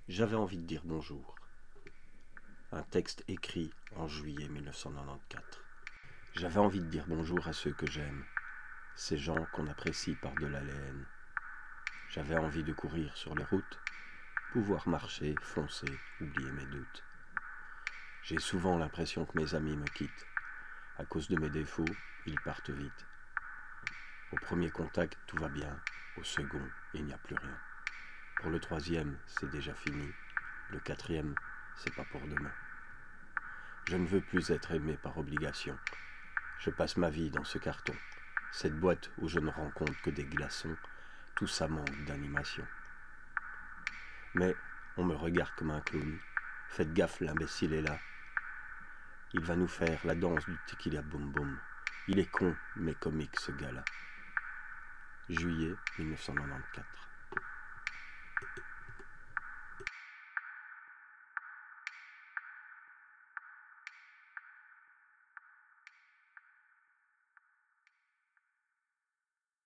J'avais envie de dire bonjour. Un texte écrit en juillet 1994. J'avais envie de dire bonjour à ceux que j'aime, ces gens qu'on apprécie par-delà les haines. J'avais envie de courir sur les routes, pouvoir marcher, foncer, oublier mes doutes. J'ai souvent l'impression que mes amis me quittent. À cause de mes défauts, ils partent vite. Au premier contact, tout va bien. Au second, il n'y a plus rien. Pour le troisième, c'est déjà fini. Le quatrième, c'est pas pour demain. Je ne veux plus être aimé par obligation. Je passe ma vie dans ce carton, cette boîte où je ne rencontre que des glaçons. Tout ça manque d'animation. Mais on me regarde comme un clown. Faites gaffe, l'imbécile est là. Il va nous faire la danse du tequila boum boum. Il est con, mais comique ce gars-là. Juillet 1994.